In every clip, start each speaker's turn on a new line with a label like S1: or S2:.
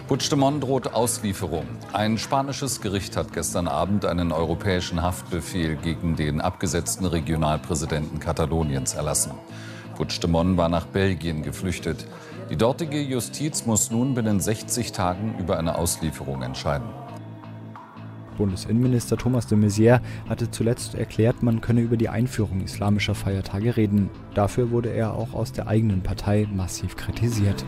S1: Puigdemont droht Auslieferung. Ein spanisches Gericht hat gestern Abend einen europäischen Haftbefehl gegen den abgesetzten Regionalpräsidenten Kataloniens erlassen. Puigdemont war nach Belgien geflüchtet. Die dortige Justiz muss nun binnen 60 Tagen über eine Auslieferung entscheiden.
S2: Bundesinnenminister Thomas de Maizière hatte zuletzt erklärt, man könne über die Einführung islamischer Feiertage reden. Dafür wurde er auch aus der eigenen Partei massiv kritisiert.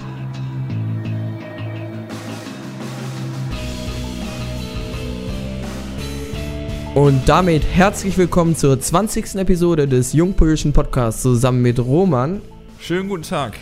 S3: Und damit herzlich willkommen zur 20. Episode des Jungpolitischen Podcasts zusammen mit Roman.
S4: Schönen guten Tag.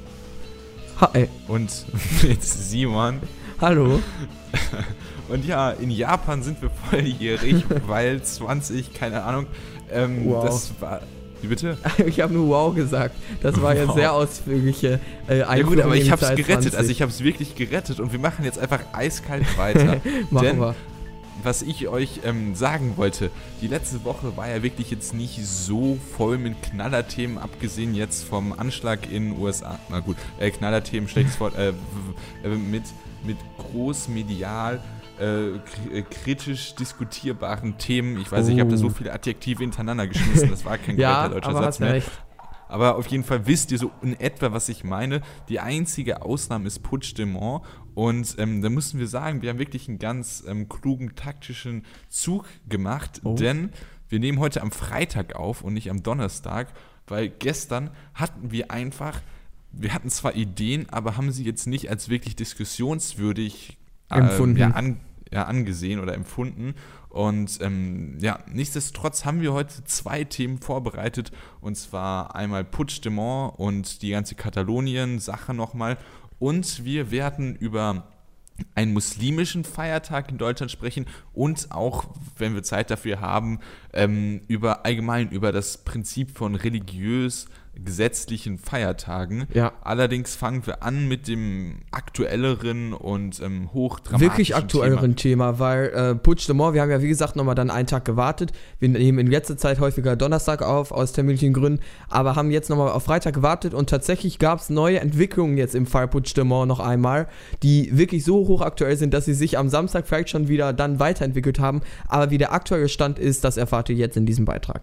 S3: Hi.
S4: Und mit Simon.
S3: Hallo.
S4: Und ja, in Japan sind wir volljährig, weil 20, keine Ahnung,
S3: wow.
S4: Das war... Wie bitte?
S3: Ich habe nur wow gesagt. Das war jetzt sehr ausführliche Einführung.
S4: Ja gut, aber ich habe es gerettet.
S3: 20.
S4: Also ich habe es wirklich gerettet und wir machen jetzt einfach eiskalt weiter.
S3: Machen wir.
S4: Was ich euch sagen wollte, die letzte Woche war ja wirklich jetzt nicht so voll mit Knallerthemen, abgesehen jetzt vom Anschlag in den USA. Na gut, Knallerthemen, schlechtes Wort, mit großmedial, kritisch diskutierbaren Themen. Ich weiß nicht, ich habe da so viele Adjektive hintereinander geschmissen, das war kein korrekter deutscher Satz mehr. Recht. Aber auf jeden Fall wisst ihr so in etwa, was ich meine. Die einzige Ausnahme ist Puigdemont. Und da müssen wir sagen, wir haben wirklich einen ganz klugen, taktischen Zug gemacht. Denn wir nehmen heute am Freitag auf und nicht am Donnerstag. Weil gestern hatten wir hatten zwar Ideen, aber haben sie jetzt nicht als wirklich diskussionswürdig empfunden. Angesehen oder empfunden. Und nichtsdestotrotz haben wir heute 2 Themen vorbereitet, und zwar einmal Puigdemont und die ganze Katalonien-Sache nochmal, und wir werden über einen muslimischen Feiertag in Deutschland sprechen und auch, wenn wir Zeit dafür haben, über das Prinzip von religiös-gesetzlichen Feiertagen. Ja. Allerdings fangen wir an mit dem aktuelleren und hochdramatischen
S3: wirklich aktuelleren Thema, weil Puigdemont, wir haben ja wie gesagt nochmal dann einen Tag gewartet. Wir nehmen in letzter Zeit häufiger Donnerstag auf, aus terminlichen Gründen, aber haben jetzt nochmal auf Freitag gewartet und tatsächlich gab es neue Entwicklungen jetzt im Fall Puigdemont noch einmal, die wirklich so hochaktuell sind, dass sie sich am Samstag vielleicht schon wieder dann weiterentwickelt haben, aber wie der aktuelle Stand ist, das erfahrt ihr jetzt in diesem Beitrag.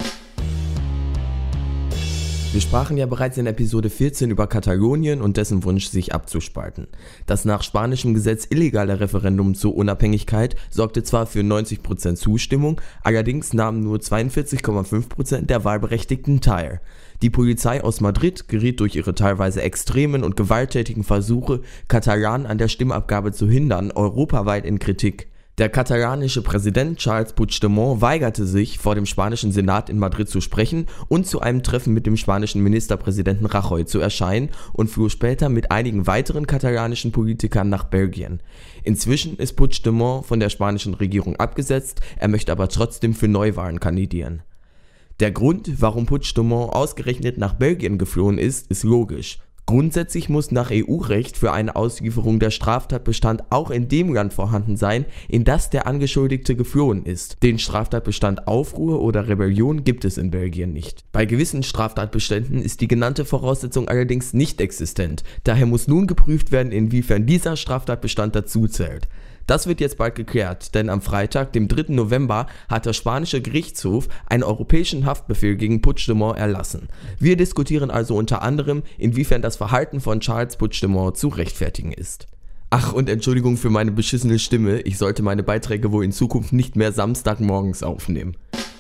S3: Wir sprachen ja bereits in Episode 14 über Katalonien und dessen Wunsch, sich abzuspalten. Das nach spanischem Gesetz illegale Referendum zur Unabhängigkeit sorgte zwar für 90% Zustimmung, allerdings nahmen nur 42,5% der Wahlberechtigten teil. Die Polizei aus Madrid geriet durch ihre teilweise extremen und gewalttätigen Versuche, Katalanen an der Stimmabgabe zu hindern, europaweit in Kritik. Der katalanische Präsident Charles Puigdemont weigerte sich, vor dem spanischen Senat in Madrid zu sprechen und zu einem Treffen mit dem spanischen Ministerpräsidenten Rajoy zu erscheinen und floh später mit einigen weiteren katalanischen Politikern nach Belgien. Inzwischen ist Puigdemont von der spanischen Regierung abgesetzt, er möchte aber trotzdem für Neuwahlen kandidieren. Der Grund, warum Puigdemont ausgerechnet nach Belgien geflohen ist logisch. Grundsätzlich muss nach EU-Recht für eine Auslieferung der Straftatbestand auch in dem Land vorhanden sein, in das der Angeschuldigte geflohen ist. Den Straftatbestand Aufruhr oder Rebellion gibt es in Belgien nicht. Bei gewissen Straftatbeständen ist die genannte Voraussetzung allerdings nicht existent. Daher muss nun geprüft werden, inwiefern dieser Straftatbestand dazu zählt. Das wird jetzt bald geklärt, denn am Freitag, dem 3. November, hat der spanische Gerichtshof einen europäischen Haftbefehl gegen Puigdemont erlassen. Wir diskutieren also unter anderem, inwiefern das Verhalten von Charles Puigdemont zu rechtfertigen ist. Ach, und Entschuldigung für meine beschissene Stimme, ich sollte meine Beiträge wohl in Zukunft nicht mehr samstagmorgens aufnehmen.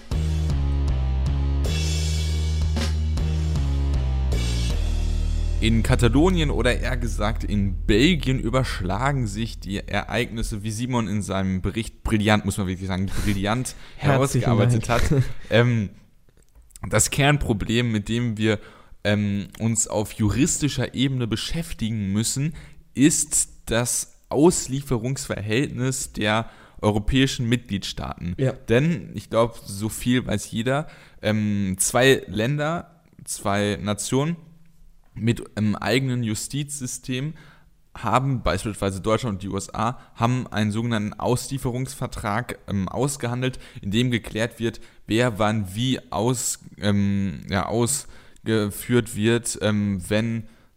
S4: In Katalonien oder eher gesagt in Belgien überschlagen sich die Ereignisse, wie Simon in seinem Bericht brillant, muss man wirklich sagen, brillant herausgearbeitet hat. Das Kernproblem, mit dem wir uns auf juristischer Ebene beschäftigen müssen, ist das Auslieferungsverhältnis der europäischen Mitgliedstaaten. Ja. Denn, ich glaube, so viel weiß jeder, 2 Länder, 2 Nationen, mit einem eigenen Justizsystem haben, beispielsweise Deutschland und die USA, haben einen sogenannten Auslieferungsvertrag ausgehandelt, in dem geklärt wird, wer wann wie ausgeführt wird, wenn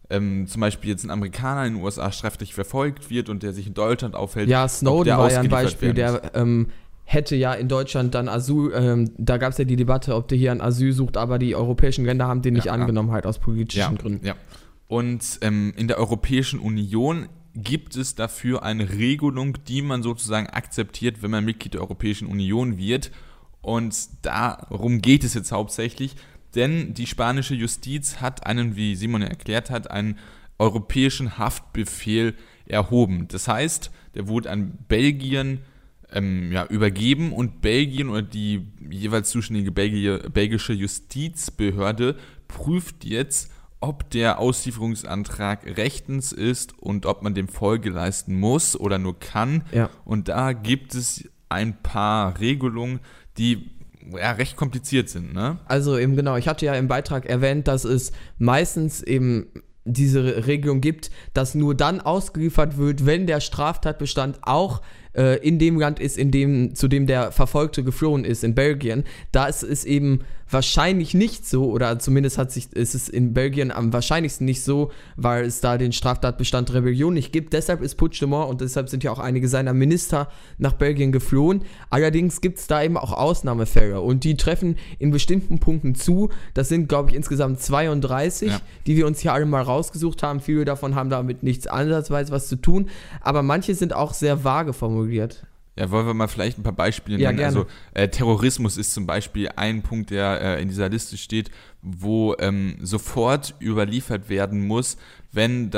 S4: zum Beispiel jetzt ein Amerikaner in den USA strafrechtlich verfolgt wird und der sich in Deutschland aufhält.
S3: Ja, Snowden war ja ein Beispiel,
S4: der
S3: hätte ja in Deutschland dann Asyl, da gab es ja die Debatte, ob der hier ein Asyl sucht, aber die europäischen Länder haben den nicht angenommen, halt aus politischen Gründen.
S4: Ja. Und in der Europäischen Union gibt es dafür eine Regelung, die man sozusagen akzeptiert, wenn man Mitglied der Europäischen Union wird. Und darum geht es jetzt hauptsächlich, denn die spanische Justiz hat wie Simon ja erklärt hat, einen europäischen Haftbefehl erhoben. Das heißt, der wurde an Belgien übergeben und Belgien oder die jeweils zuständige belgische Justizbehörde prüft jetzt, ob der Auslieferungsantrag rechtens ist und ob man dem Folge leisten muss oder nur kann.
S3: Ja.
S4: Und da gibt es ein paar Regelungen, die recht kompliziert sind, ne?
S3: Also eben genau, ich hatte ja im Beitrag erwähnt, dass es meistens eben diese Regelung gibt, dass nur dann ausgeliefert wird, wenn der Straftatbestand auch in dem Land ist, zu dem der Verfolgte geflohen ist, in Belgien. Da ist es eben wahrscheinlich nicht so, oder zumindest ist es in Belgien am wahrscheinlichsten nicht so, weil es da den Straftatbestand Rebellion nicht gibt. Deshalb ist Puigdemont und deshalb sind ja auch einige seiner Minister nach Belgien geflohen. Allerdings gibt es da eben auch Ausnahmefälle und die treffen in bestimmten Punkten zu. Das sind, glaube ich, insgesamt 32, die wir uns hier alle mal rausgesucht haben. Viele davon haben damit nichts ansatzweise was zu tun, aber manche sind auch sehr vage formuliert.
S4: Ja, wollen wir mal vielleicht ein paar Beispiele nennen?
S3: Gerne.
S4: Also Terrorismus ist zum Beispiel ein Punkt, der in dieser Liste steht, wo sofort überliefert werden muss, wenn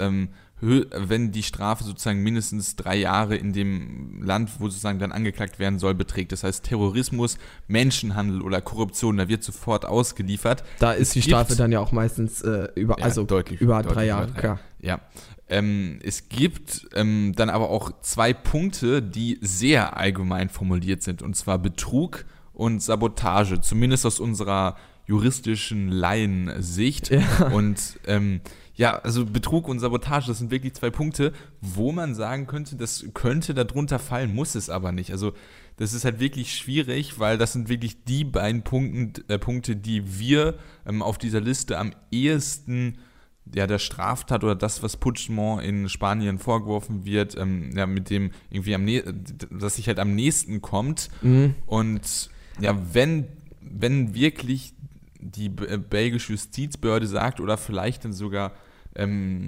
S4: die Strafe sozusagen mindestens 3 Jahre in dem Land, wo sozusagen dann angeklagt werden soll, beträgt. Das heißt Terrorismus, Menschenhandel oder Korruption, da wird sofort ausgeliefert.
S3: Da ist die Strafe dann ja auch meistens über 3 Jahre, klar.
S4: Ja. Es gibt dann aber auch 2 Punkte, die sehr allgemein formuliert sind, und zwar Betrug und Sabotage, zumindest aus unserer juristischen Laiensicht.
S3: Ja.
S4: Und also Betrug und Sabotage, das sind wirklich 2 Punkte, wo man sagen könnte, das könnte darunter fallen, muss es aber nicht. Also das ist halt wirklich schwierig, weil das sind wirklich die beiden Punkte, die wir auf dieser Liste am ehesten der Straftat oder das, was Puigdemont in Spanien vorgeworfen wird, mit dem irgendwie das sich halt am nächsten kommt. Mhm. Und wenn wirklich die belgische Justizbehörde sagt oder vielleicht dann sogar da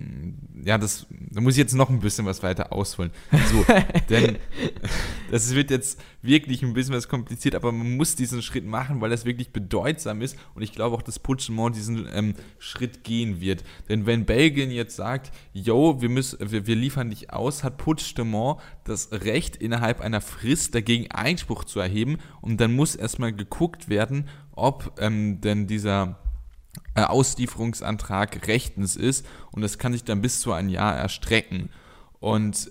S4: muss ich jetzt noch ein bisschen was weiter ausholen. So, denn das wird jetzt wirklich ein bisschen was kompliziert, aber man muss diesen Schritt machen, weil das wirklich bedeutsam ist, und ich glaube auch, dass Puigdemont diesen Schritt gehen wird. Denn wenn Belgien jetzt sagt, wir liefern dich aus, hat Puigdemont das Recht, innerhalb einer Frist dagegen Einspruch zu erheben, und dann muss erstmal geguckt werden, ob denn dieser Auslieferungsantrag rechtens ist, und das kann sich dann bis zu 1 Jahr erstrecken. Und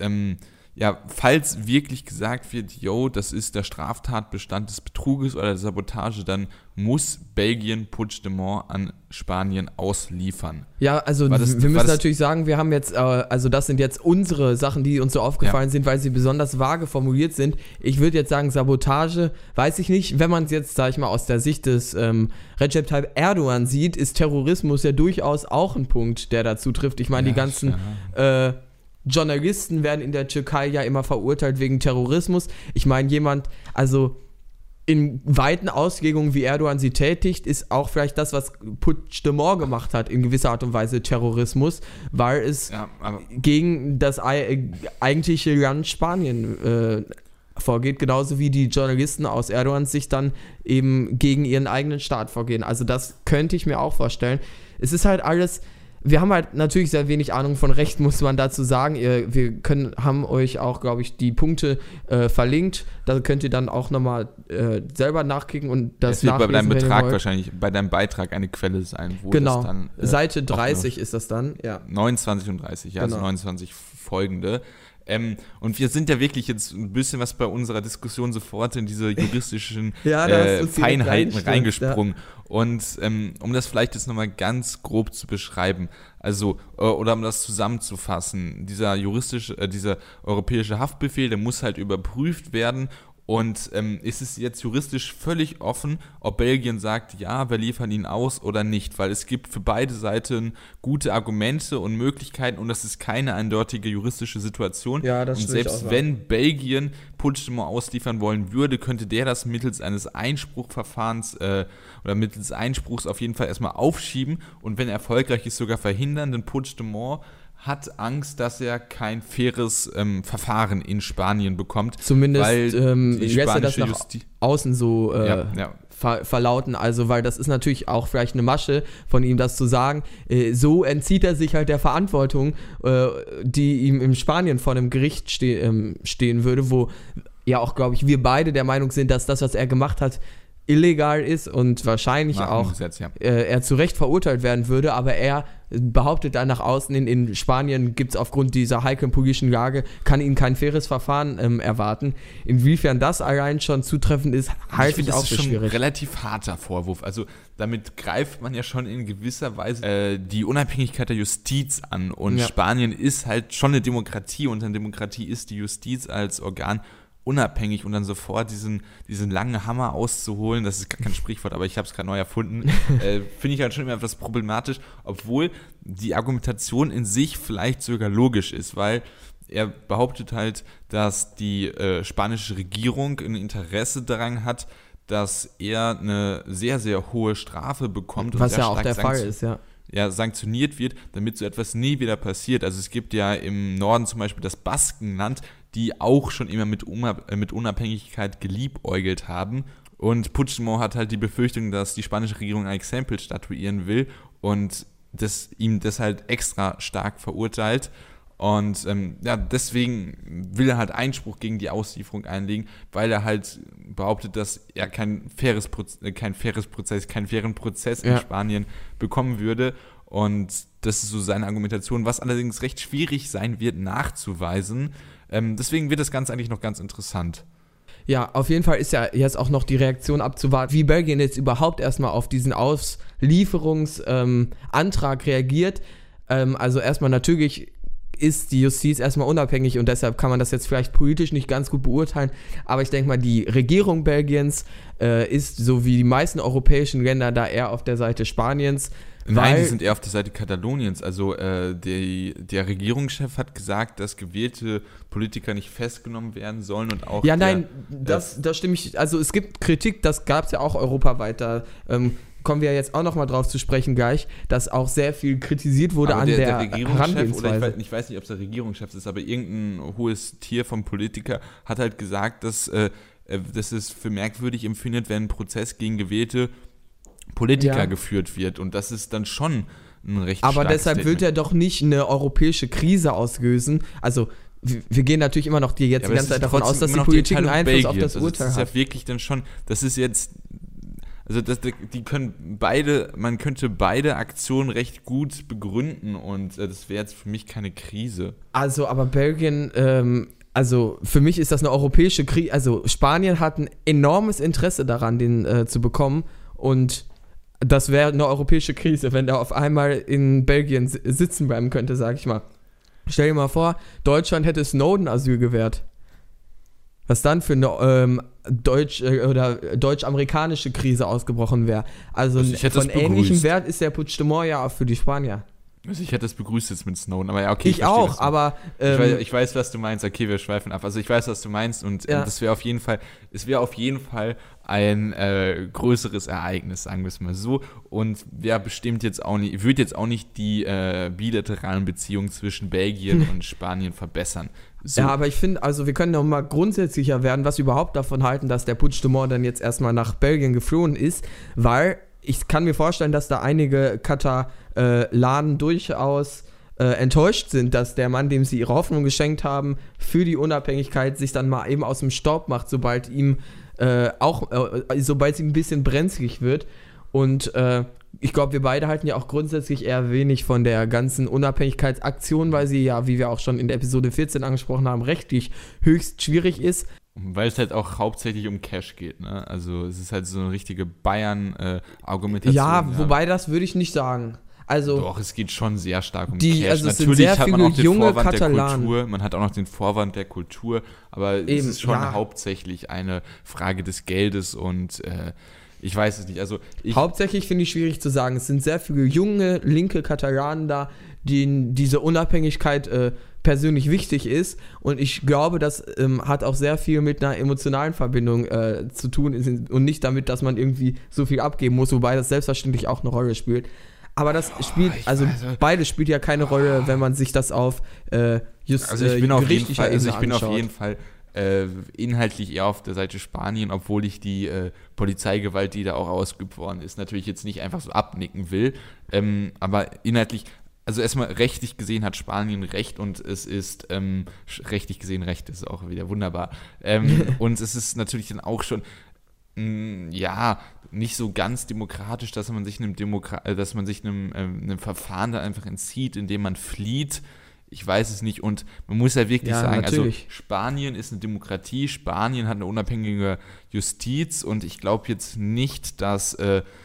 S4: falls wirklich gesagt wird, das ist der Straftatbestand des Betruges oder der Sabotage, dann muss Belgien Puigdemont an Spanien ausliefern.
S3: Ja, also wir müssen natürlich sagen, wir haben jetzt, also das sind jetzt unsere Sachen, die uns so aufgefallen sind, weil sie besonders vage formuliert sind. Ich würde jetzt sagen, Sabotage, weiß ich nicht. Wenn man es jetzt, sag ich mal, aus der Sicht des Recep Tayyip Erdogan sieht, ist Terrorismus ja durchaus auch ein Punkt, der dazu trifft. Ich meine, die ganzen Journalisten werden in der Türkei ja immer verurteilt wegen Terrorismus. Ich meine, also in weiten Auslegungen, wie Erdogan sie tätigt, ist auch vielleicht das, was Puigdemont gemacht hat, in gewisser Art und Weise Terrorismus, weil es gegen das eigentliche Land Spanien vorgeht, genauso wie die Journalisten aus Erdogans Sicht dann eben gegen ihren eigenen Staat vorgehen. Also das könnte ich mir auch vorstellen. Es ist halt alles... Wir haben halt natürlich sehr wenig Ahnung von Recht, muss man dazu sagen. Wir haben euch auch, glaube ich, die Punkte verlinkt. Da könnt ihr dann auch nochmal selber nachklicken und das nachlesen.
S4: Bei deinem Betrag wahrscheinlich, bei deinem Beitrag eine Quelle sein, wo das dann...
S3: Seite 30 ist das dann, ja.
S4: 29 und 30, also 29 folgende. Und wir sind ja wirklich jetzt ein bisschen was bei unserer Diskussion sofort in diese juristischen Feinheiten reingesprungen. Ja. Und um das vielleicht jetzt nochmal ganz grob zu beschreiben, also, oder um das zusammenzufassen, dieser europäische Haftbefehl, der muss halt überprüft werden, Und ist es jetzt juristisch völlig offen, ob Belgien sagt, ja, wir liefern ihn aus oder nicht, weil es gibt für beide Seiten gute Argumente und Möglichkeiten und das ist keine eindeutige juristische Situation.
S3: Ja, das
S4: und selbst wenn Belgien Puigdemont ausliefern wollen würde, könnte der das mittels eines Einspruchverfahrens oder mittels Einspruchs auf jeden Fall erstmal aufschieben und wenn erfolgreich ist, sogar verhindern, denn Puigdemont hat Angst, dass er kein faires Verfahren in Spanien bekommt.
S3: Zumindest
S4: weil die
S3: lässt er das
S4: spanische
S3: nach außen so verlauten, also weil das ist natürlich auch vielleicht eine Masche von ihm, das zu sagen. So entzieht er sich halt der Verantwortung, die ihm in Spanien vor einem Gericht stehen würde, wo ja auch, glaube ich, wir beide der Meinung sind, dass das, was er gemacht hat, illegal ist und wahrscheinlich auch
S4: Gesetz, ja.
S3: Er zu Recht verurteilt werden würde, aber er behauptet dann nach außen, in Spanien gibt es aufgrund dieser heiklen politischen Lage, kann ihn kein faires Verfahren erwarten. Inwiefern das allein schon zutreffend ist, halte ich auch für schwierig. Das ist schon ein
S4: relativ harter Vorwurf. Also damit greift man ja schon in gewisser Weise die Unabhängigkeit der Justiz an und Spanien ist halt schon eine Demokratie und eine Demokratie ist die Justiz als Organ unabhängig und dann sofort diesen langen Hammer auszuholen, das ist gar kein Sprichwort, aber ich habe es gerade neu erfunden, finde ich halt schon immer etwas problematisch, obwohl die Argumentation in sich vielleicht sogar logisch ist, weil er behauptet halt, dass die spanische Regierung ein Interesse daran hat, dass er eine sehr, sehr hohe Strafe bekommt.
S3: Was
S4: und
S3: ja auch der Fall ist,
S4: ja, sanktioniert wird, damit so etwas nie wieder passiert. Also es gibt ja im Norden zum Beispiel das Baskenland, die auch schon immer mit Unabhängigkeit geliebäugelt haben. Und Puigdemont hat halt die Befürchtung, dass die spanische Regierung ein Exempel statuieren will und ihm das halt extra stark verurteilt. Und deswegen will er halt Einspruch gegen die Auslieferung einlegen, weil er halt behauptet, dass er keinen fairen Prozess in Spanien bekommen würde. Und das ist so seine Argumentation, was allerdings recht schwierig sein wird nachzuweisen. Deswegen wird das Ganze eigentlich noch ganz interessant.
S3: Ja, auf jeden Fall ist ja jetzt auch noch die Reaktion abzuwarten, wie Belgien jetzt überhaupt erstmal auf diesen Auslieferungsantrag reagiert. Also erstmal natürlich ist die Justiz erstmal unabhängig und deshalb kann man das jetzt vielleicht politisch nicht ganz gut beurteilen, aber ich denke mal, die Regierung Belgiens ist, so wie die meisten europäischen Länder, da eher auf der Seite Spaniens.
S4: Nein, die sind eher auf der Seite Kataloniens. Also der Regierungschef hat gesagt, dass gewählte Politiker nicht festgenommen werden sollen und auch...
S3: Ja, nein, das stimme ich... Also es gibt Kritik, das gab es ja auch europaweit, da kommen wir jetzt auch nochmal drauf zu sprechen gleich, dass auch sehr viel kritisiert wurde an der Herangehensweise.
S4: Oder ich weiß nicht, ob es der Regierungschef ist, aber irgendein hohes Tier vom Politiker hat halt gesagt, dass es für merkwürdig empfindet, wenn ein Prozess gegen gewählte Politiker geführt wird und das ist dann schon ein recht starkes
S3: Aber deshalb
S4: Statement.
S3: wird er doch nicht eine europäische Krise auslösen. Also wir gehen natürlich immer noch die ganze Zeit davon aus, dass die Politik einen Einfluss auf das Urteil hat.
S4: Das ist ja wirklich dann schon, das ist jetzt, also man könnte beide Aktionen recht gut begründen und das wäre jetzt für mich keine Krise.
S3: Also aber Belgien, also für mich ist das eine europäische Krise, also Spanien hat ein enormes Interesse daran, den zu bekommen und das wäre eine europäische Krise, wenn der auf einmal in Belgien sitzen bleiben könnte, sag ich mal. Stell dir mal vor, Deutschland hätte Snowden Asyl gewährt. Was dann für eine deutsch-amerikanische Krise ausgebrochen wäre. Also von ähnlichem Wert ist der Puigdemont ja auch für die Spanier.
S4: Also ich hätte es begrüßt jetzt mit Snowden, aber ja, okay.
S3: Ich auch, aber...
S4: ich weiß, was du meinst. Okay, wir schweifen ab. Also ich weiß, was du meinst und das wäre auf jeden Fall ein größeres Ereignis, sagen wir es mal so. Und wird jetzt auch nicht die bilateralen Beziehungen zwischen Belgien und Spanien verbessern. So.
S3: Ja, aber ich finde, also wir können noch mal grundsätzlicher werden, was wir überhaupt davon halten, dass der Puigdemont dann jetzt erstmal nach Belgien geflohen ist, weil ich kann mir vorstellen, dass da einige Katalanen durchaus enttäuscht sind, dass der Mann, dem sie ihre Hoffnung geschenkt haben, für die Unabhängigkeit sich dann mal eben aus dem Staub macht, sobald ihm sobald sie ein bisschen brenzlig wird. Und ich glaube, wir beide halten ja auch grundsätzlich eher wenig von der ganzen Unabhängigkeitsaktion, weil sie ja, wie wir auch schon in der Episode 14 angesprochen haben, rechtlich höchst schwierig ist.
S4: Weil es halt auch hauptsächlich um Cash geht, ne? Also es ist halt so eine richtige Bayern-Argumentation.
S3: Ja, wobei das würde ich nicht sagen. Also
S4: doch, es geht schon sehr stark um
S3: die,
S4: Cash.
S3: also es
S4: Natürlich
S3: sind sehr
S4: hat man
S3: viele
S4: auch den
S3: junge
S4: Vorwand
S3: Katalanen.
S4: der Kultur, man hat auch noch den Vorwand der Kultur, aber
S3: Eben,
S4: es ist schon
S3: ja.
S4: hauptsächlich eine Frage des Geldes und ich weiß es nicht. Also
S3: Hauptsächlich finde ich schwierig zu sagen. Es sind sehr viele junge, linke Katalanen da, denen diese Unabhängigkeit persönlich wichtig ist. Und ich glaube, das hat auch sehr viel mit einer emotionalen Verbindung zu tun und nicht damit, dass man irgendwie so viel abgeben muss, wobei das selbstverständlich auch eine Rolle spielt. Aber das spielt, also beides spielt ja keine Rolle, wenn man sich das auf
S4: ich bin auf jeden Fall,
S3: anschaut.
S4: Inhaltlich eher auf der Seite Spanien, obwohl ich die Polizeigewalt, die da auch ausgeübt worden ist, natürlich jetzt nicht einfach so abnicken will. Aber inhaltlich, also erstmal rechtlich gesehen hat Spanien Recht und es ist rechtlich gesehen Recht ist auch wieder wunderbar. Und es ist natürlich dann auch schon nicht so ganz demokratisch, dass man sich einem Verfahren da einfach entzieht, indem man flieht. Ich weiß es nicht und man muss ja wirklich sagen,
S3: natürlich.
S4: Also Spanien ist eine Demokratie, Spanien hat eine unabhängige Justiz und ich glaube jetzt nicht, dass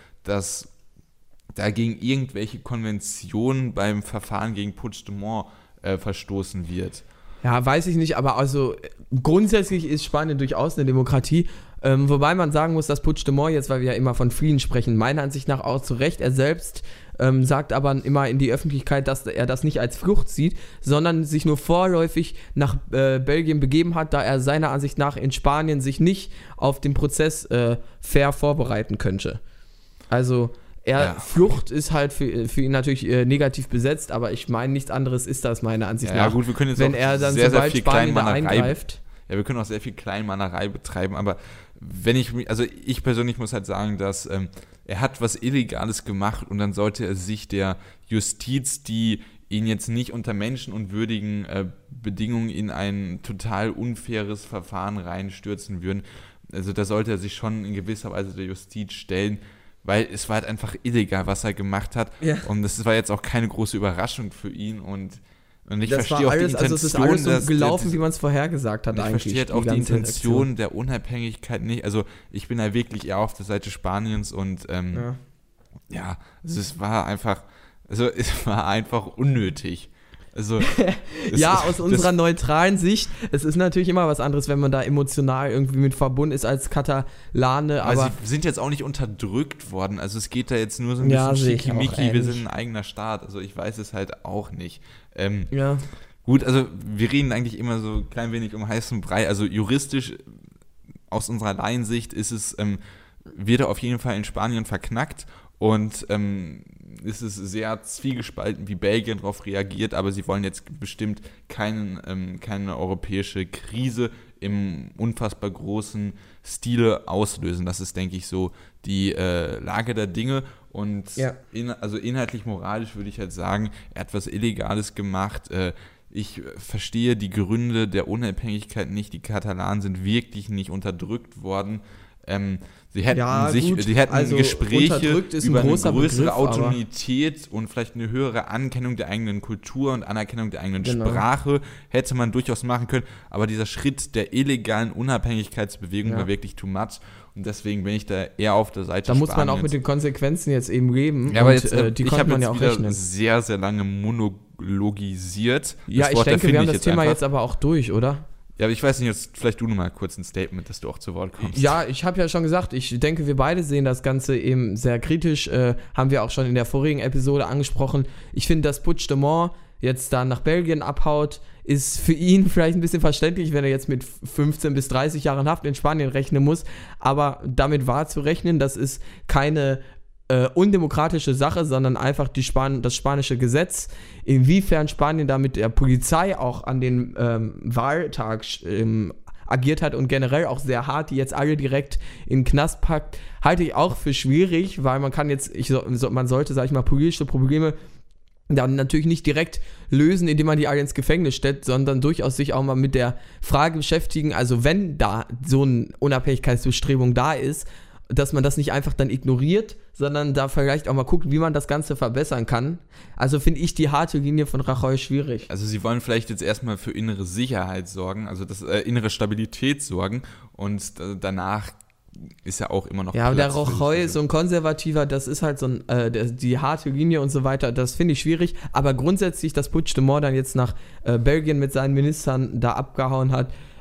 S4: dagegen irgendwelche Konventionen beim Verfahren gegen Puigdemont verstoßen wird.
S3: Ja, weiß ich nicht, aber also grundsätzlich ist Spanien durchaus eine Demokratie. Wobei man sagen muss, dass Puigdemont jetzt, weil wir ja immer von Frieden sprechen, meiner Ansicht nach auch zu Recht, er selbst sagt aber immer in die Öffentlichkeit, dass er das nicht als Flucht sieht, sondern sich nur vorläufig nach Belgien begeben hat, da er seiner Ansicht nach in Spanien sich nicht auf den Prozess fair vorbereiten könnte. Also Flucht ist halt für ihn natürlich negativ besetzt, aber ich meine, nichts anderes ist das meiner Ansicht nach.
S4: Ja gut, wir können jetzt
S3: wenn
S4: auch
S3: er dann
S4: sehr
S3: sobald
S4: viel
S3: Spanien da
S4: Kleinmannerei
S3: eingreift.
S4: Ja, wir können auch sehr viel Kleinmannerei betreiben, aber ich persönlich muss halt sagen, dass er hat was Illegales gemacht und dann sollte er sich der Justiz, die ihn jetzt nicht unter menschenunwürdigen Bedingungen in ein total unfaires Verfahren reinstürzen würden, also da sollte er sich schon in gewisser Weise der Justiz stellen, weil es war halt einfach illegal, was er gemacht hat und das war jetzt auch keine große Überraschung für ihn und ich verstehe auch die Intention,
S3: also es ist alles so gelaufen, wie man es vorhergesagt hat eigentlich.
S4: Ich verstehe halt auch die Intention der Unabhängigkeit nicht. Also ich bin da wirklich eher auf der Seite Spaniens und es war einfach unnötig. Also
S3: aus unserer neutralen Sicht, es ist natürlich immer was anderes, wenn man da emotional irgendwie mit verbunden ist als Katalane, aber
S4: sie sind jetzt auch nicht unterdrückt worden, also es geht da jetzt nur so ein bisschen schickimicki, wir sind ein eigener Staat, also ich weiß es halt auch nicht. Gut, also wir reden eigentlich immer so ein klein wenig um heißen Brei, also juristisch aus unserer Laiensicht ist es, wird er auf jeden Fall in Spanien verknackt und ist es sehr zwiegespalten, wie Belgien darauf reagiert, aber sie wollen jetzt bestimmt keine europäische Krise im unfassbar großen Stile auslösen. Das ist, denke ich, so die Lage der Dinge und inhaltlich, moralisch würde ich halt sagen, er hat was Illegales gemacht. Ich verstehe die Gründe der Unabhängigkeit nicht. Die Katalanen sind wirklich nicht unterdrückt worden. Sie hätten Gespräche über eine größere Autorität und vielleicht eine höhere Anerkennung der eigenen Kultur und Anerkennung der eigenen Sprache hätte man durchaus machen können, aber dieser Schritt der illegalen Unabhängigkeitsbewegung war wirklich too much und deswegen bin ich da eher auf der Seite Spaniens.
S3: Da muss man auch mit den Konsequenzen jetzt eben leben
S4: aber
S3: und
S4: jetzt,
S3: die konnte man ja auch rechnen.
S4: Sehr, sehr lange monologisiert.
S3: Ja, ich denke, wir haben das Thema jetzt aber auch durch, oder?
S4: Ja, aber ich weiß nicht, jetzt vielleicht du nochmal kurz ein Statement, dass du auch zu Wort kommst.
S3: Ja, ich habe ja schon gesagt, ich denke, wir beide sehen das Ganze eben sehr kritisch, haben wir auch schon in der vorigen Episode angesprochen. Ich finde, dass Puigdemont jetzt da nach Belgien abhaut, ist für ihn vielleicht ein bisschen verständlich, wenn er jetzt mit 15 bis 30 Jahren Haft in Spanien rechnen muss, aber damit war zu rechnen, das ist keine undemokratische Sache, sondern einfach das spanische Gesetz. Inwiefern Spanien da mit der Polizei auch an den Wahltag agiert hat und generell auch sehr hart, die jetzt alle direkt in den Knast packt, halte ich auch für schwierig, weil man kann jetzt, man sollte, sag ich mal, politische Probleme dann natürlich nicht direkt lösen, indem man die alle ins Gefängnis stellt, sondern durchaus sich auch mal mit der Frage beschäftigen, also wenn da so eine Unabhängigkeitsbestrebung da ist, dass man das nicht einfach dann ignoriert, sondern da vielleicht auch mal guckt, wie man das Ganze verbessern kann. Also finde ich die harte Linie von Rajoy schwierig.
S4: Also sie wollen vielleicht jetzt erstmal für innere Sicherheit sorgen, also innere Stabilität sorgen und danach ist ja auch immer noch
S3: Ja, aber der
S4: Platz für
S3: Rajoy,
S4: Diskussion.
S3: so ein Konservativer, das ist halt so die harte Linie und so weiter, das finde ich schwierig, aber grundsätzlich, dass Puigdemont dann jetzt nach Belgien mit seinen Ministern da abgehauen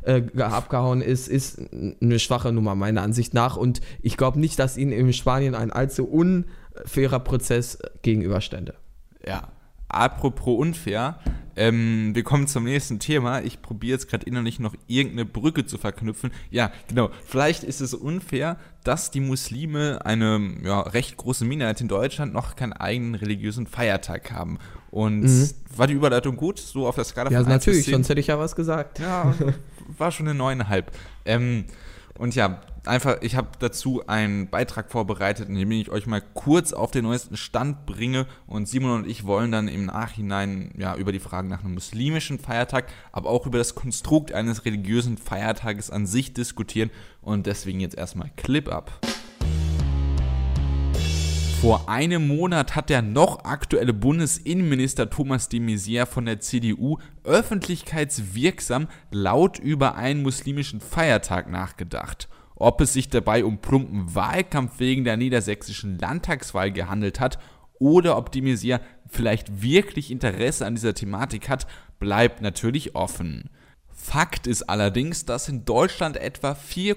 S3: ist eine schwache Nummer meiner Ansicht nach und ich glaube nicht, dass ihnen in Spanien ein allzu unfairer Prozess gegenüberstände.
S4: Ja, apropos unfair, wir kommen zum nächsten Thema. Ich probiere jetzt gerade innerlich noch irgendeine Brücke zu verknüpfen. Ja, genau. Vielleicht ist es unfair, dass die Muslime, eine recht große Minderheit in Deutschland, noch keinen eigenen religiösen Feiertag haben. Und war die Überleitung gut? So auf der Skala von 1 bis 10?
S3: Ja, natürlich, sonst hätte ich ja was gesagt.
S4: Ja, war schon eine 9,5. Und ja, ich habe dazu einen Beitrag vorbereitet, in dem ich euch mal kurz auf den neuesten Stand bringe und Simon und ich wollen dann im Nachhinein über die Fragen nach einem muslimischen Feiertag, aber auch über das Konstrukt eines religiösen Feiertages an sich diskutieren und deswegen jetzt erstmal Clip ab. Vor einem Monat hat der noch aktuelle Bundesinnenminister Thomas de Maizière von der CDU öffentlichkeitswirksam laut über einen muslimischen Feiertag nachgedacht. Ob es sich dabei um plumpen Wahlkampf wegen der niedersächsischen Landtagswahl gehandelt hat oder ob de Maizière vielleicht wirklich Interesse an dieser Thematik hat, bleibt natürlich offen. Fakt ist allerdings, dass in Deutschland etwa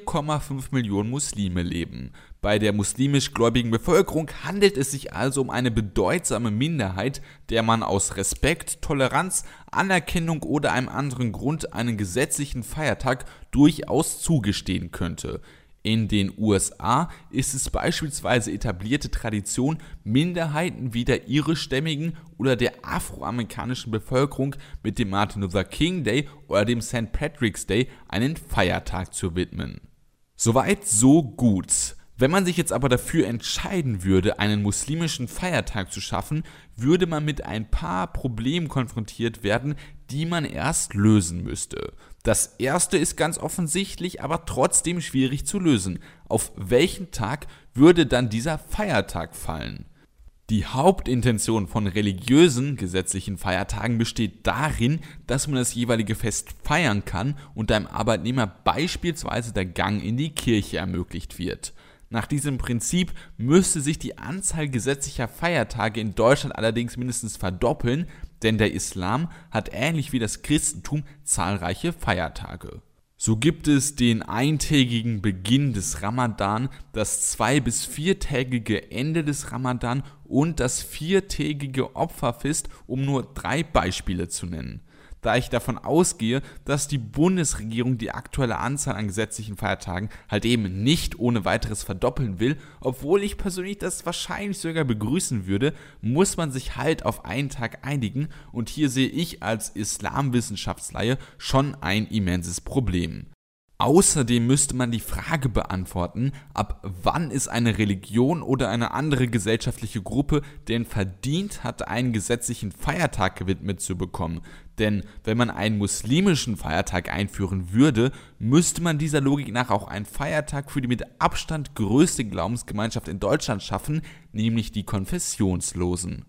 S4: 4,5 Millionen Muslime leben. Bei der muslimisch gläubigen Bevölkerung handelt es sich also um eine bedeutsame Minderheit, der man aus Respekt, Toleranz, Anerkennung oder einem anderen Grund einen gesetzlichen Feiertag durchaus zugestehen könnte. In den USA ist es beispielsweise etablierte Tradition, Minderheiten wie der irischstämmigen oder der afroamerikanischen Bevölkerung mit dem Martin Luther King Day oder dem St. Patrick's Day einen Feiertag zu widmen. Soweit, so gut. Wenn man sich jetzt aber dafür entscheiden würde, einen muslimischen Feiertag zu schaffen, würde man mit ein paar Problemen konfrontiert werden, die man erst lösen müsste. Das erste ist ganz offensichtlich, aber trotzdem schwierig zu lösen. Auf welchen Tag würde dann dieser Feiertag fallen? Die Hauptintention von religiösen gesetzlichen Feiertagen besteht darin, dass man das jeweilige Fest feiern kann und einem Arbeitnehmer beispielsweise der Gang in die Kirche ermöglicht wird. Nach diesem Prinzip müsste sich die Anzahl gesetzlicher Feiertage in Deutschland allerdings mindestens verdoppeln, denn der Islam hat ähnlich wie das Christentum zahlreiche Feiertage. So gibt es den eintägigen Beginn des Ramadan, das 2- bis 4-tägige Ende des Ramadan und das 4-tägige Opferfest, um nur 3 Beispiele zu nennen. Da ich davon ausgehe, dass die Bundesregierung die aktuelle Anzahl an gesetzlichen Feiertagen halt eben nicht ohne weiteres verdoppeln will, obwohl ich persönlich das wahrscheinlich sogar begrüßen würde, muss man sich halt auf einen Tag einigen und hier sehe ich als Islamwissenschaftsleihe schon ein immenses Problem. Außerdem müsste man die Frage beantworten, ab wann ist eine Religion oder eine andere gesellschaftliche Gruppe denn verdient hat, einen gesetzlichen Feiertag gewidmet zu bekommen. Denn wenn man einen muslimischen Feiertag einführen würde, müsste man dieser Logik nach auch einen Feiertag für die mit Abstand größte Glaubensgemeinschaft in Deutschland schaffen, nämlich die Konfessionslosen.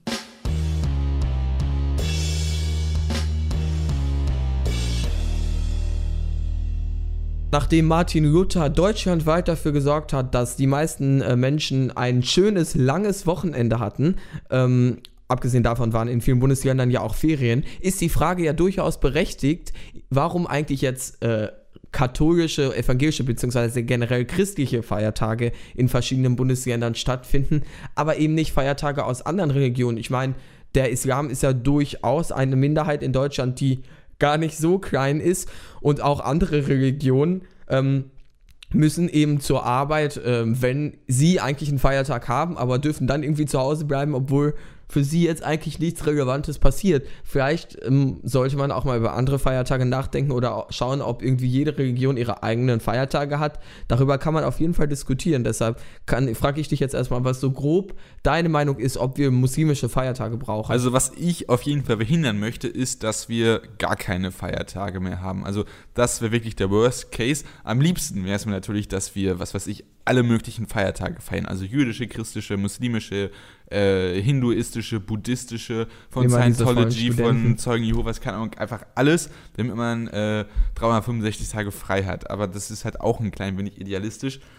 S3: Nachdem Martin Luther deutschlandweit dafür gesorgt hat, dass die meisten Menschen ein schönes, langes Wochenende hatten, abgesehen davon waren in vielen Bundesländern ja auch Ferien, ist die Frage ja durchaus berechtigt, warum eigentlich jetzt katholische, evangelische bzw. generell christliche Feiertage in verschiedenen Bundesländern stattfinden, aber eben nicht Feiertage aus anderen Religionen. Ich meine, der Islam ist ja durchaus eine Minderheit in Deutschland, die gar nicht so klein ist und auch andere Religionen müssen eben zur Arbeit, wenn sie eigentlich einen Feiertag haben, aber dürfen dann irgendwie zu Hause bleiben, obwohl für sie jetzt eigentlich nichts Relevantes passiert. Vielleicht sollte man auch mal über andere Feiertage nachdenken oder schauen, ob irgendwie jede Religion ihre eigenen Feiertage hat. Darüber kann man auf jeden Fall diskutieren. Deshalb frage ich dich jetzt erstmal, was so grob deine Meinung ist, ob wir muslimische Feiertage brauchen.
S4: Also was ich auf jeden Fall verhindern möchte, ist, dass wir gar keine Feiertage mehr haben. Also das wäre wirklich der Worst Case. Am liebsten wäre es mir natürlich, dass wir, alle möglichen Feiertage feiern. Also jüdische, christliche, muslimische, hinduistische, buddhistische, von Scientology, von Zeugen Jehovas, keine Ahnung, einfach alles, damit man 365 Tage frei hat. Aber das ist halt auch ein klein wenig idealistisch.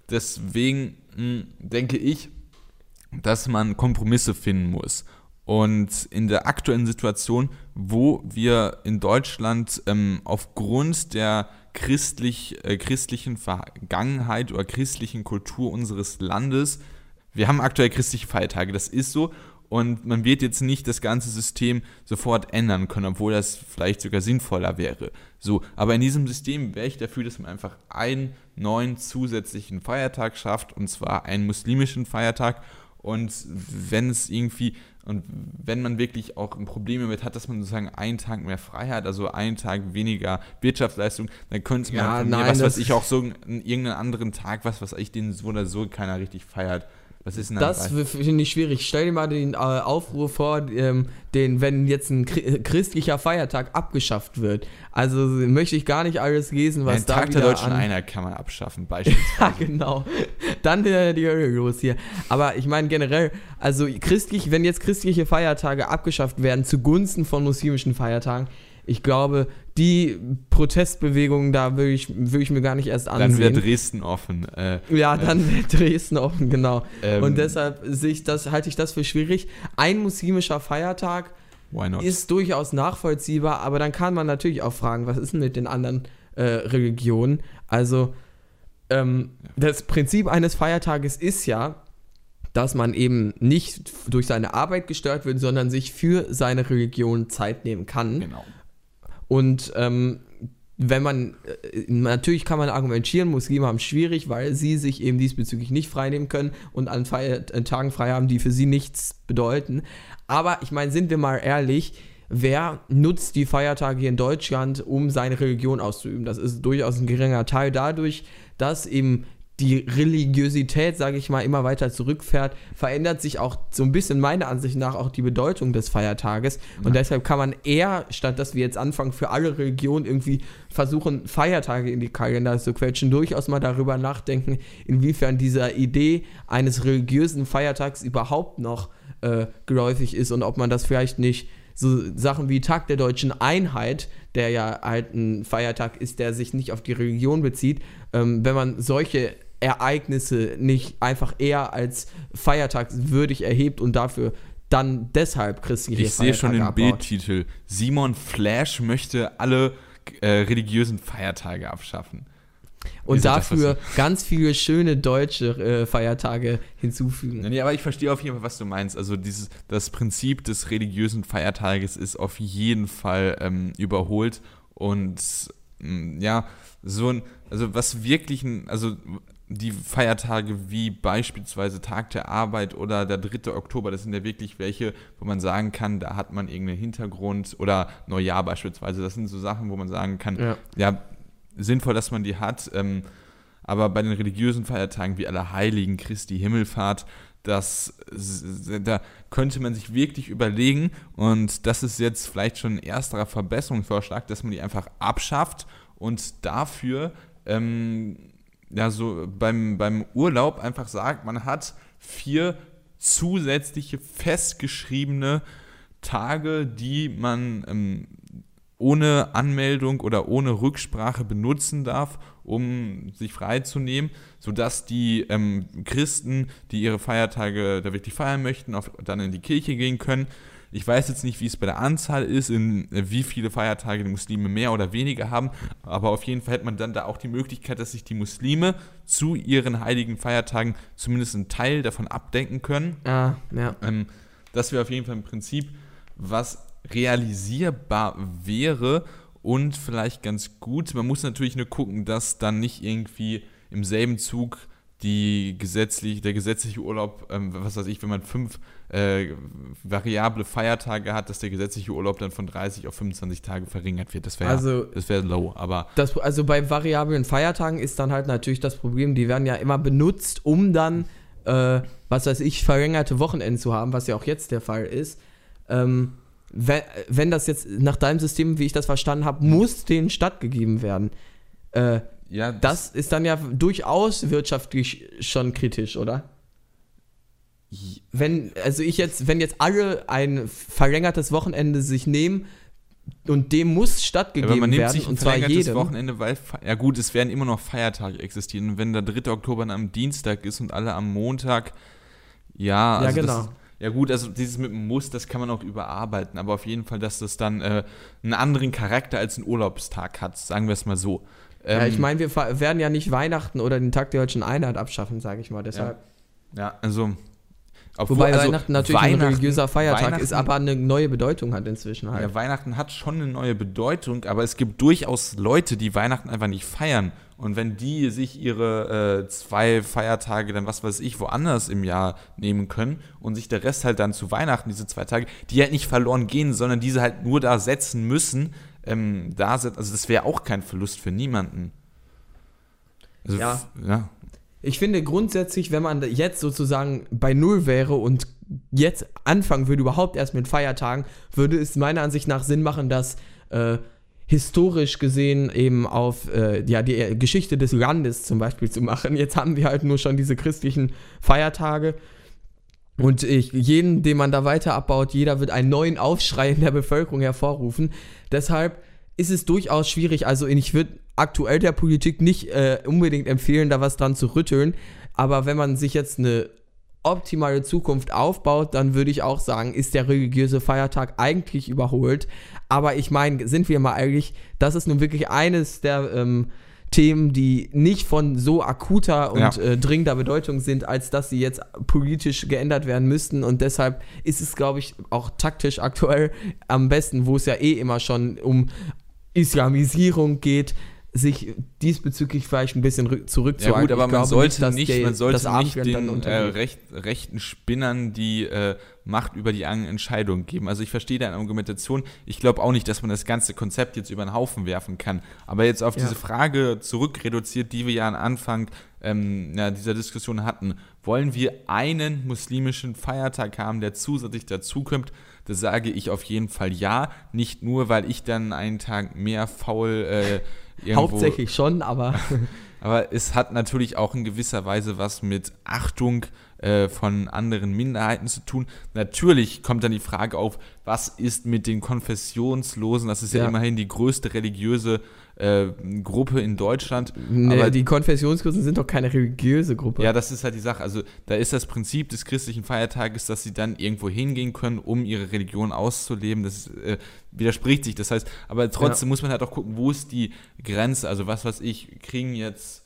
S4: Deswegen denke ich, dass man Kompromisse finden muss. Und in der aktuellen Situation, wo wir in Deutschland aufgrund der christlichen Vergangenheit oder christlichen Kultur unseres Landes, wir haben aktuell christliche Feiertage, das ist so, und man wird jetzt nicht das ganze System sofort ändern können, obwohl das vielleicht sogar sinnvoller wäre. So, aber in diesem System wäre ich dafür, dass man einfach einen neuen zusätzlichen Feiertag schafft, und zwar einen muslimischen Feiertag. Und wenn man wirklich auch ein Problem damit hat, dass man sozusagen einen Tag mehr frei hat, also einen Tag weniger Wirtschaftsleistung, dann könnte man irgendeinen anderen Tag, den so oder so keiner richtig feiert. Was ist denn
S3: das? Finde ich schwierig. Stell dir mal den Aufruhr vor, wenn jetzt ein christlicher Feiertag abgeschafft wird. Also möchte ich gar nicht alles lesen, was da
S4: Tag der deutschen Einheit kann man abschaffen, beispielsweise.
S3: Ja, genau. Dann die Hölle los hier. Aber ich meine generell, also wenn jetzt christliche Feiertage abgeschafft werden zugunsten von muslimischen Feiertagen, ich glaube, die Protestbewegungen, da will ich mir gar nicht erst ansehen.
S4: Dann wäre Dresden offen.
S3: Dann wäre Dresden offen, genau. Und deshalb halte ich das für schwierig. Ein muslimischer Feiertag ist durchaus nachvollziehbar, aber dann kann man natürlich auch fragen, was ist denn mit den anderen Religionen? Also das Prinzip eines Feiertages ist ja, dass man eben nicht durch seine Arbeit gestört wird, sondern sich für seine Religion Zeit nehmen kann.
S4: Genau.
S3: Und natürlich kann man argumentieren, Muslime haben es schwierig, weil sie sich eben diesbezüglich nicht freinehmen können und an Tagen frei haben, die für sie nichts bedeuten. Aber ich meine, sind wir mal ehrlich, wer nutzt die Feiertage hier in Deutschland, um seine Religion auszuüben? Das ist durchaus ein geringer Teil. Dadurch, dass eben die Religiosität, sage ich mal, immer weiter zurückfährt, verändert sich auch so ein bisschen meiner Ansicht nach auch die Bedeutung des Feiertages. Und deshalb kann man eher, statt dass wir jetzt anfangen, für alle Religionen irgendwie versuchen, Feiertage in die Kalender zu quetschen, durchaus mal darüber nachdenken, inwiefern dieser Idee eines religiösen Feiertags überhaupt noch geläufig ist und ob man das vielleicht nicht so Sachen wie Tag der deutschen Einheit, der ja halt ein Feiertag ist, der sich nicht auf die Religion bezieht, wenn man solche Ereignisse nicht einfach eher als feiertagswürdig erhebt und dafür dann deshalb christliche
S4: Feiertage
S3: abbaut.
S4: Ich sehe schon den Bildtitel. Simon Flash möchte alle religiösen Feiertage abschaffen.
S3: Und dafür ganz viele schöne deutsche Feiertage hinzufügen.
S4: Nee, aber ich verstehe auf jeden Fall, was du meinst. Also das Prinzip des religiösen Feiertages ist auf jeden Fall überholt. Und die Feiertage wie beispielsweise Tag der Arbeit oder der 3. Oktober, das sind ja wirklich welche, wo man sagen kann, da hat man irgendeinen Hintergrund, oder Neujahr beispielsweise. Das sind so Sachen, wo man sagen kann, sinnvoll, dass man die hat, aber bei den religiösen Feiertagen wie Allerheiligen, Christi Himmelfahrt, da könnte man sich wirklich überlegen, und das ist jetzt vielleicht schon ein erster Verbesserungsvorschlag, dass man die einfach abschafft und dafür beim Urlaub einfach sagt, man hat 4 zusätzliche festgeschriebene Tage, die man ohne Anmeldung oder ohne Rücksprache benutzen darf, um sich freizunehmen, sodass die Christen, die ihre Feiertage da wirklich feiern möchten, dann in die Kirche gehen können. Ich weiß jetzt nicht, wie es bei der Anzahl ist, wie viele Feiertage die Muslime mehr oder weniger haben, aber auf jeden Fall hat man dann da auch die Möglichkeit, dass sich die Muslime zu ihren heiligen Feiertagen zumindest einen Teil davon abdenken können.
S3: Ja.
S4: Das wäre auf jeden Fall ein Prinzip, was realisierbar wäre und vielleicht ganz gut. Man muss natürlich nur gucken, dass dann nicht irgendwie im selben Zug der gesetzliche Urlaub, was weiß ich, wenn man 5 variable Feiertage hat, dass der gesetzliche Urlaub dann von 30 auf 25 Tage verringert wird. Das wäre low. Aber
S3: also bei variablen Feiertagen ist dann halt natürlich das Problem, die werden ja immer benutzt, um dann, verlängerte Wochenenden zu haben, was ja auch jetzt der Fall ist. Wenn das jetzt nach deinem System, wie ich das verstanden habe, muss denen stattgegeben werden. Das ist dann ja durchaus wirtschaftlich schon kritisch, oder? Wenn jetzt alle ein verlängertes Wochenende sich nehmen, und dem muss stattgegeben
S4: aber man nimmt
S3: werden,
S4: sich ein
S3: und zwar
S4: verlängertes
S3: jedem.
S4: Wochenende, weil, ja gut, es werden immer noch Feiertage existieren. Und wenn der 3. Oktober dann am Dienstag ist und alle am Montag, ja, also
S3: genau.
S4: das, ja gut, also dieses mit dem Muss, das kann man auch überarbeiten, aber auf jeden Fall, dass das dann einen anderen Charakter als ein Urlaubstag hat, sagen wir es mal so.
S3: Ja, ich meine, wir werden ja nicht Weihnachten oder den Tag der Deutschen Einheit abschaffen, sage ich mal, deshalb.
S4: Ja, also
S3: Wobei Weihnachten natürlich ein religiöser Feiertag ist, aber eine neue Bedeutung hat inzwischen halt.
S4: Ja, Weihnachten hat schon eine neue Bedeutung, aber es gibt durchaus Leute, die Weihnachten einfach nicht feiern. Und wenn die sich ihre 2 Feiertage dann, was weiß ich, woanders im Jahr nehmen können und sich der Rest halt dann zu Weihnachten, diese 2 Tage, die halt nicht verloren gehen, sondern diese halt nur da setzen müssen, also das wäre auch kein Verlust für niemanden. Also,
S3: ja.
S4: Ja.
S3: Ich finde grundsätzlich, wenn man jetzt sozusagen bei Null wäre und jetzt anfangen würde, überhaupt erst mit Feiertagen, würde es meiner Ansicht nach Sinn machen, dass historisch gesehen eben auf die Geschichte des Landes zum Beispiel zu machen. Jetzt haben wir halt nur schon diese christlichen Feiertage und jeden, den man da weiter abbaut, jeder wird einen neuen Aufschrei in der Bevölkerung hervorrufen. Deshalb ist es durchaus schwierig, also ich würde aktuell der Politik nicht unbedingt empfehlen, da was dran zu rütteln, aber wenn man sich jetzt eine optimale Zukunft aufbaut, dann würde ich auch sagen, ist der religiöse Feiertag eigentlich überholt. Aber ich meine, sind wir mal ehrlich, das ist nun wirklich eines der Themen, die nicht von so akuter und dringender Bedeutung sind, als dass sie jetzt politisch geändert werden müssten. Und deshalb ist es, glaube ich, auch taktisch aktuell am besten, wo es ja immer schon um Islamisierung geht, sich diesbezüglich vielleicht ein bisschen zurückzuhalten.
S4: Ja gut, aber man sollte nicht den
S3: dann
S4: rechten Spinnern die Macht über die eigenen Entscheidungen geben. Also ich verstehe deine Argumentation. Ich glaube auch nicht, dass man das ganze Konzept jetzt über den Haufen werfen kann. Aber jetzt auf diese Frage zurückreduziert, die wir ja am Anfang dieser Diskussion hatten. Wollen wir einen muslimischen Feiertag haben, der zusätzlich dazukommt? Das sage ich auf jeden Fall ja. Nicht nur, weil ich dann einen Tag mehr faul
S3: hauptsächlich schon, aber
S4: aber es hat natürlich auch in gewisser Weise was mit Achtung von anderen Minderheiten zu tun. Natürlich kommt dann die Frage auf, was ist mit den Konfessionslosen? Das ist ja immerhin die größte religiöse Gruppe in Deutschland.
S3: Nee,
S4: aber
S3: die Konfessionslosen sind doch keine religiöse Gruppe.
S4: Ja, das ist halt die Sache. Also da ist das Prinzip des christlichen Feiertages, dass sie dann irgendwo hingehen können, um ihre Religion auszuleben. Das widerspricht sich. Das heißt, aber trotzdem muss man halt auch gucken, wo ist die Grenze? Also was weiß ich, kriegen jetzt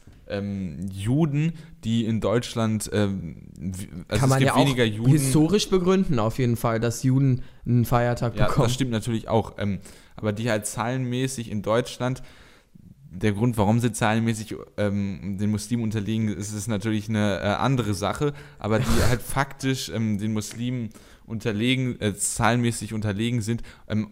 S4: Juden, die in Deutschland, also
S3: kann man ja auch
S4: Juden,
S3: historisch begründen auf jeden Fall, dass Juden einen Feiertag bekommen.
S4: Ja, das stimmt natürlich auch. Aber die halt zahlenmäßig in Deutschland, der Grund, warum sie zahlenmäßig den Muslimen unterliegen, ist natürlich eine andere Sache, aber die halt faktisch den Muslimen zahlenmäßig unterlegen sind,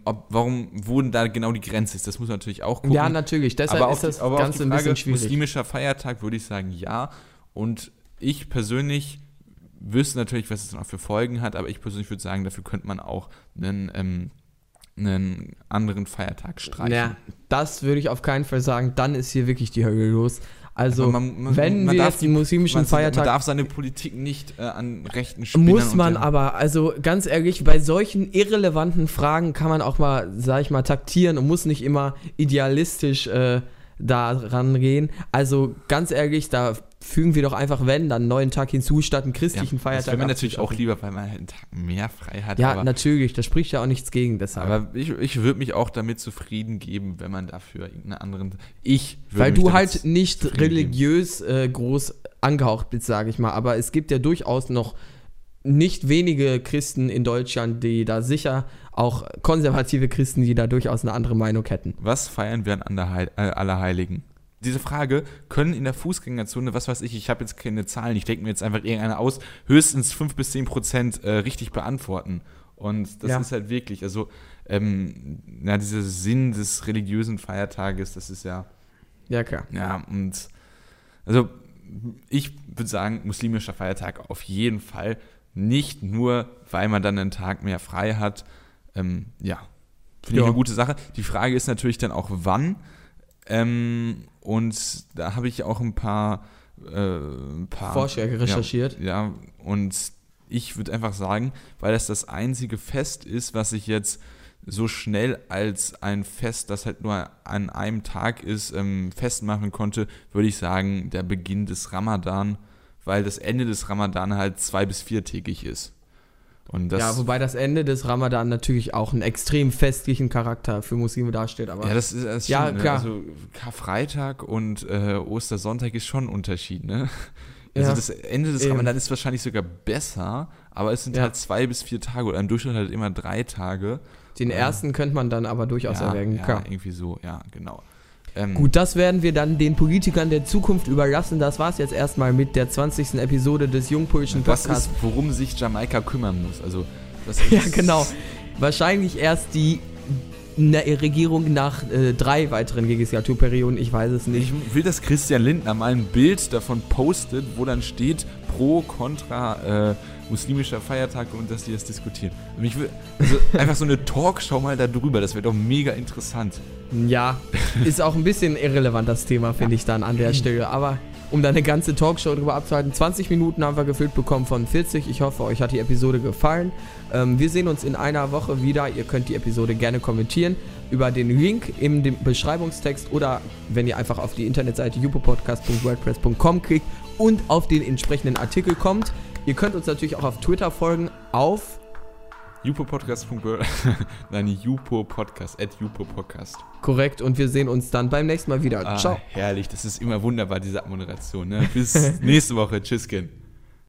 S4: wo denn da genau die Grenze ist, das muss man natürlich auch gucken.
S3: Ja, natürlich, deshalb ist das Ganze ein bisschen schwierig.
S4: Muslimischer Feiertag würde ich sagen, ja, und ich persönlich wüsste natürlich, was es dann auch für Folgen hat, aber ich persönlich würde sagen, dafür könnte man auch einen anderen Feiertag streichen.
S3: Ja, das würde ich auf keinen Fall sagen, dann ist hier wirklich die Hölle los. Also, wenn
S4: man
S3: wir jetzt den muslimischen Feiertag...
S4: Man darf seine Politik nicht an rechten Spinnern...
S3: Muss man aber, also ganz ehrlich, bei solchen irrelevanten Fragen kann man auch mal, sag ich mal, taktieren und muss nicht immer idealistisch da rangehen. Also ganz ehrlich, da fügen wir doch einfach, wenn, dann einen neuen Tag hinzu, statt einen christlichen Feiertag.
S4: Das wäre mir natürlich auch lieber, weil man halt einen Tag mehr frei hat.
S3: Ja, aber natürlich, da spricht ja auch nichts gegen, deshalb.
S4: Aber ich würde mich auch damit zufrieden geben, wenn man dafür irgendeinen anderen...
S3: Weil du halt nicht religiös groß angehaucht bist, sage ich mal, aber es gibt ja durchaus noch nicht wenige Christen in Deutschland, die da sicher, auch konservative Christen, die da durchaus eine andere Meinung hätten.
S4: Was feiern wir an Allerheiligen? Diese Frage können in der Fußgängerzone, was weiß ich habe jetzt keine Zahlen, ich denke mir jetzt einfach irgendeine aus, höchstens 5-10% richtig beantworten. Und das ist halt wirklich, also dieser Sinn des religiösen Feiertages, das ist ja...
S3: Ja, klar.
S4: Ja, und also ich würde sagen, muslimischer Feiertag auf jeden Fall, nicht nur, weil man dann einen Tag mehr frei hat, finde ich eine gute Sache. Die Frage ist natürlich dann auch, wann. Und da habe ich auch ein paar
S3: Vorschläge recherchiert.
S4: Ja, und ich würde einfach sagen, weil das einzige Fest ist, was sich jetzt so schnell als ein Fest, das halt nur an einem Tag ist, festmachen konnte, würde ich sagen, der Beginn des Ramadan, weil das Ende des Ramadan halt 2- bis 4-tägig ist. Und das,
S3: ja, wobei das Ende des Ramadan natürlich auch einen extrem festlichen Charakter für Muslime darstellt. Aber
S4: ja, das ist
S3: ja,
S4: schon,
S3: klar.
S4: Also Karfreitag und Ostersonntag ist schon ein Unterschied, ne? Also
S3: Ja,
S4: das Ende des Ramadan ist wahrscheinlich sogar besser, aber es sind halt 2 bis 4 Tage oder im Durchschnitt halt immer 3 Tage.
S3: Den ersten könnte man dann aber durchaus erwägen.
S4: Ja,
S3: Klar.
S4: irgendwie so, ja, genau.
S3: Gut, das werden wir dann den Politikern der Zukunft überlassen. Das war's jetzt erstmal mit der 20. Episode des Jungpolitischen
S4: Das
S3: Podcasts.
S4: ist, worum sich Jamaika kümmern muss. Also, das ist
S3: Ja, genau. Wahrscheinlich erst die Regierung nach 3 weiteren Legislaturperioden, ich weiß es nicht.
S4: Ich will, dass Christian Lindner mal ein Bild davon postet, wo dann steht, pro, kontra muslimischer Feiertage und dass die das diskutieren. Und ich will einfach so eine Talkshow mal darüber, das wäre doch mega interessant.
S3: Ja, ist auch ein bisschen irrelevant, das Thema, finde ich dann an der Stelle. Aber um da eine ganze Talkshow drüber abzuhalten, 20 Minuten haben wir gefüllt bekommen von 40. Ich hoffe, euch hat die Episode gefallen. Wir sehen uns in einer Woche wieder. Ihr könnt die Episode gerne kommentieren über den Link im Beschreibungstext oder wenn ihr einfach auf die Internetseite jupopodcast.wordpress.com klickt und auf den entsprechenden Artikel kommt. Ihr könnt uns natürlich auch auf Twitter folgen, auf
S4: jupopodcast.word Nein, jupopodcast, @jupopodcast.
S3: korrekt, und wir sehen uns dann beim nächsten Mal wieder. Ciao.
S4: Herrlich, das ist immer wunderbar, diese Abmoderation. Ne? Bis nächste Woche. Tschüsschen.